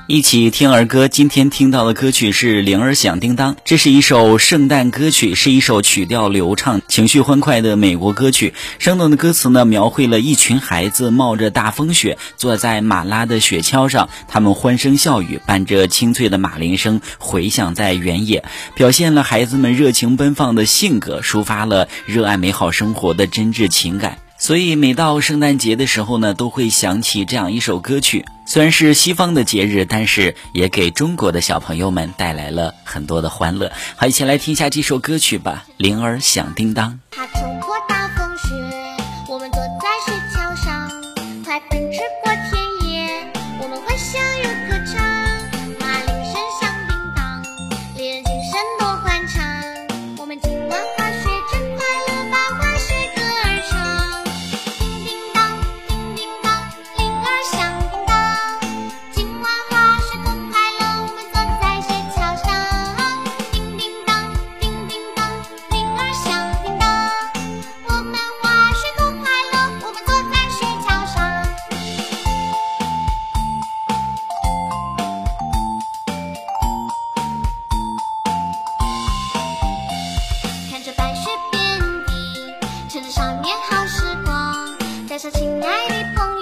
一起听儿歌，今天听到的歌曲是《铃儿响叮当》，这是一首圣诞歌曲，是一首曲调流畅、情绪欢快的美国歌曲。生动的歌词呢，描绘了一群孩子冒着大风雪，坐在马拉的雪橇上，他们欢声笑语，伴着清脆的马铃声回响在原野，表现了孩子们热情奔放的性格，抒发了热爱美好生活的真挚情感。所以每到圣诞节的时候呢，都会想起这样一首歌曲。虽然是西方的节日，但是也给中国的小朋友们带来了很多的欢乐。好，一起来听一下这首歌曲吧，《铃儿响叮当》。 它冲破大风雪，我们坐在雪橇上，快奔驰过田野，我们欢笑又歌唱，马铃声响叮当，猎人精神多欢畅，我们今晚滑雪真快乐，把滑雪歌儿唱。叮叮当，叮叮当，铃儿响叮当，今晚滑雪多快乐，我们坐在雪橇上。叮叮当，叮叮当，铃儿响叮当，我们滑雪多快乐，我们坐在雪橇上。看着白雪遍地，趁着少年好时光，带上亲爱的朋友。